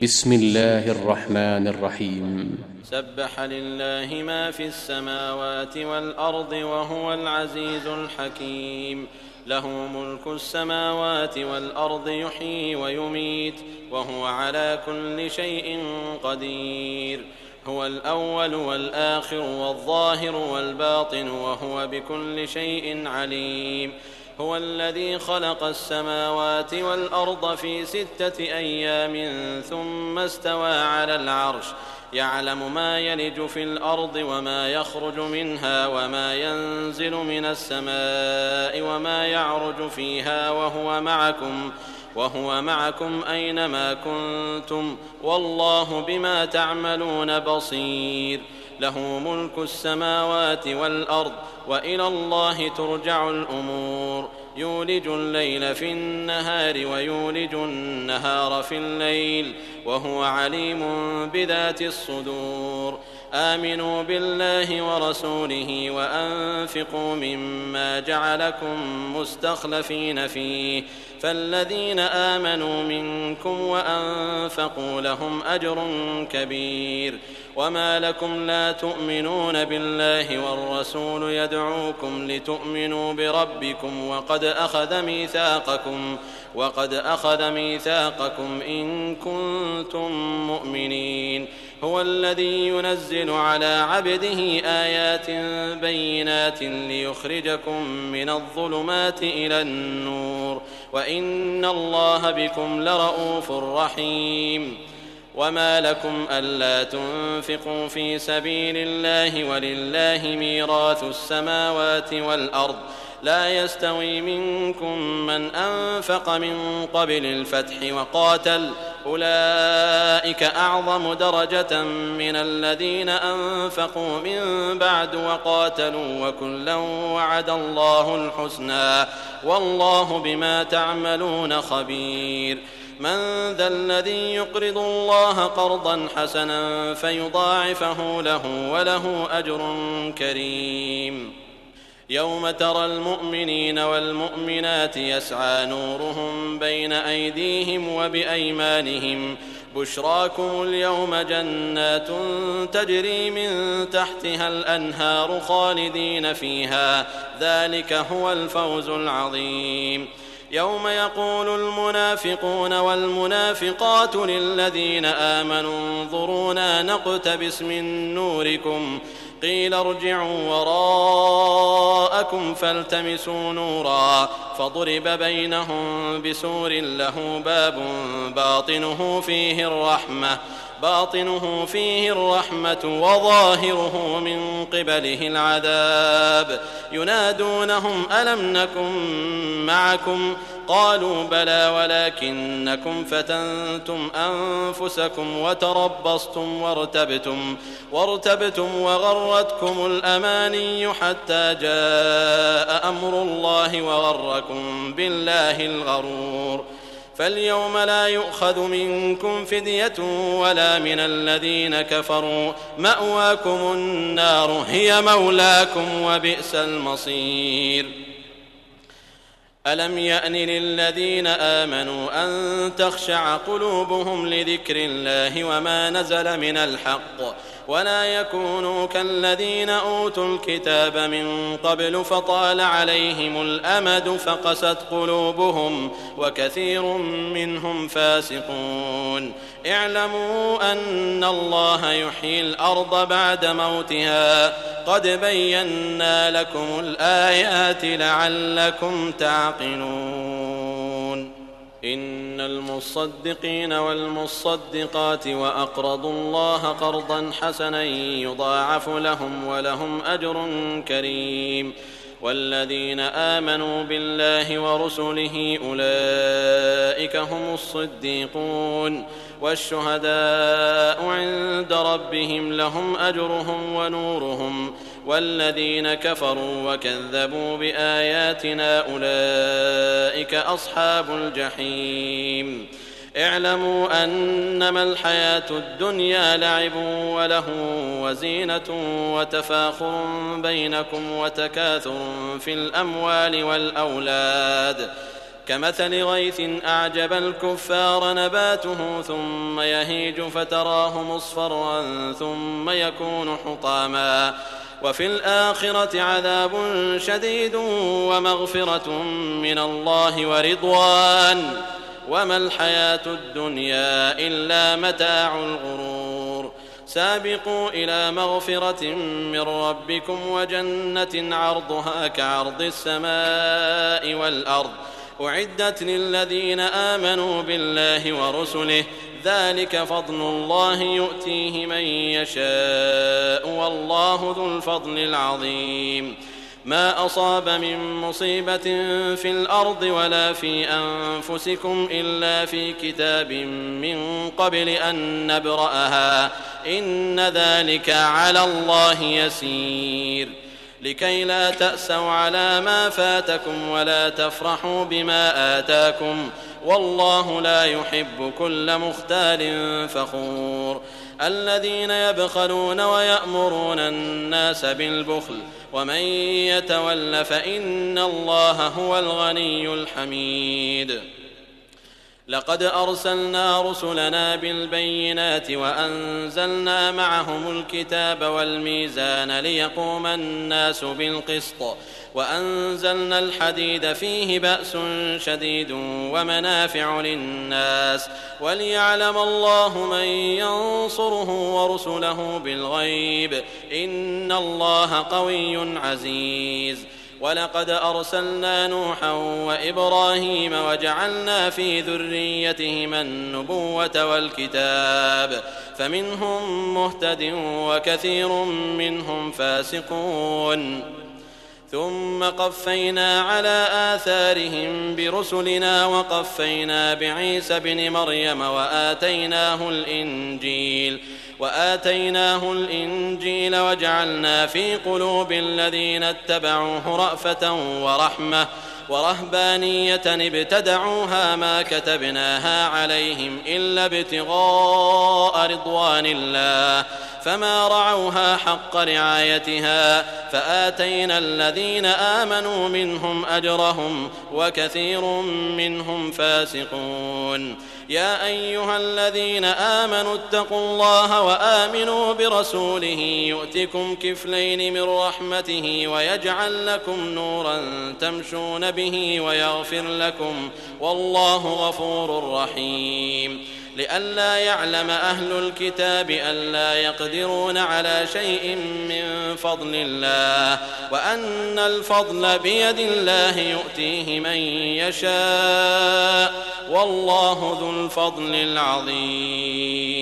بسم الله الرحمن الرحيم. سبح لله ما في السماوات والأرض وهو العزيز الحكيم. له ملك السماوات والأرض يحيي ويميت وهو على كل شيء قدير. هو الأول والآخر والظاهر والباطن وهو بكل شيء عليم. هو الذي خلق السماوات والأرض في 6 أيام ثم استوى على العرش يعلم ما يلج في الأرض وما يخرج منها وما ينزل من السماء وما يعرج فيها وهو معكم أينما كنتم والله بما تعملون بصير. له ملك السماوات والأرض وإلى الله ترجع الأمور. يولج الليل في النهار ويولج النهار في الليل وهو عليم بذات الصدور. آمنوا بالله ورسوله وأنفقوا مما جعلكم مستخلفين فيه فالذين آمنوا منكم وأنفقوا لهم أجر كبير. وما لكم لا تؤمنون بالله والرسول يدعوكم لتؤمنوا بربكم وقد أخذ ميثاقكم إن كنتم مؤمنين. هو الذي ينزل على عبده آيات بينات ليخرجكم من الظلمات إلى النور وإن الله بكم لرءوف رحيم. وما لكم ألا تنفقوا في سبيل الله ولله ميراث السماوات والأرض لا يستوي منكم من أنفق من قبل الفتح وقاتل أولئك أعظم درجة من الذين أنفقوا من بعد وقاتلوا وكلا وعد الله الحسنى والله بما تعملون خبير. من ذا الذي يقرض الله قرضا حسنا فيضاعفه له وله أجر كريم. يوم ترى المؤمنين والمؤمنات يسعى نورهم بين أيديهم وبأيمانهم بشراكم اليوم جنات تجري من تحتها الأنهار خالدين فيها ذلك هو الفوز العظيم. يوم يقول المنافقون والمنافقات للذين آمنوا انظرونا نقتبس من نوركم قيل ارجعوا وراءكم فالتمسوا نورا فضرب بينهم بسور له باب باطنه فيه الرحمة وظاهره من قبله العذاب. ينادونهم ألم نكن معكم قالوا بلى ولكنكم فتنتم أنفسكم وتربصتم وارتبتم وغرتكم الأماني حتى جاء أمر الله وغركم بالله الغرور. فاليوم لا يؤخذ منكم فدية ولا من الذين كفروا مأواكم النار هي مولاكم وبئس المصير. ألم يأن للذين آمنوا أن تخشع قلوبهم لذكر الله وما نزل من الحق ولا يكونوا كالذين أوتوا الكتاب من قبل فطال عليهم الأمد فقست قلوبهم وكثير منهم فاسقون. اعلموا أن الله يحيي الأرض بعد موتها قد بينا لكم الآيات لعلكم تعقلون. إن المصدقين والمصدقات وأقرضوا الله قرضا حسنا يضاعف لهم ولهم أجر كريم. والذين آمنوا بالله ورسله أولئك هم الصديقون والشهداء عند ربهم لهم أجرهم ونورهم. والذين كفروا وكذبوا بآياتنا أولئك أصحاب الجحيم. اعلموا أنما الحياة الدنيا لعب وله وزينة وتفاخر بينكم وتكاثر في الأموال والأولاد كمثل غيث أعجب الكفار نباته ثم يهيج فتراه مصفرا ثم يكون حطاما وفي الآخرة عذاب شديد ومغفرة من الله ورضوان وما الحياة الدنيا إلا متاع الغرور سابقوا إلى مغفرة من ربكم وجنة عرضها كعرض السماء والأرض أعدت للذين آمنوا بالله ورسله ذلك فضل الله يؤتيه من يشاء والله ذو الفضل العظيم ما أصاب من مصيبة في الأرض ولا في أنفسكم إلا في كتاب من قبل أن نبرأها إن ذلك على الله يسير لكي لا تأسوا على ما فاتكم ولا تفرحوا بما آتاكم والله لا يحب كل مختال فخور الذين يبخلون ويأمرون الناس بالبخل ومن يتول فإن الله هو الغني الحميد لقد أرسلنا رسلنا بالبينات وأنزلنا معهم الكتاب والميزان ليقوم الناس بالقسط وأنزلنا الحديد فيه بأس شديد ومنافع للناس وليعلم الله من ينصره ورسله بالغيب إن الله قوي عزيز ولقد أرسلنا نوحا وإبراهيم وجعلنا في ذريتهما النبوة والكتاب فمنهم مهتد وكثير منهم فاسقون ثم قفينا على آثارهم برسلنا وقفينا بعيسى بن مريم وآتيناه الإنجيل وجعلنا في قلوب الذين اتبعوه رأفة ورحمة ورهبانية ابتدعوها ما كتبناها عليهم إلا ابتغاء رضوان الله فما رعوها حق رعايتها فآتينا الذين آمنوا منهم أجرهم وكثير منهم فاسقون يا أيها الذين آمنوا اتقوا الله وآمنوا برسوله يؤتكم كفلين من رحمته ويجعل لكم نورا تمشون به ويغفر لكم والله غفور رحيم لئلا يعلم أهل الكتاب ألا يقدرون على شيء من فضل الله وأن الفضل بيد الله يؤتيه من يشاء والله ذو الفضل العظيم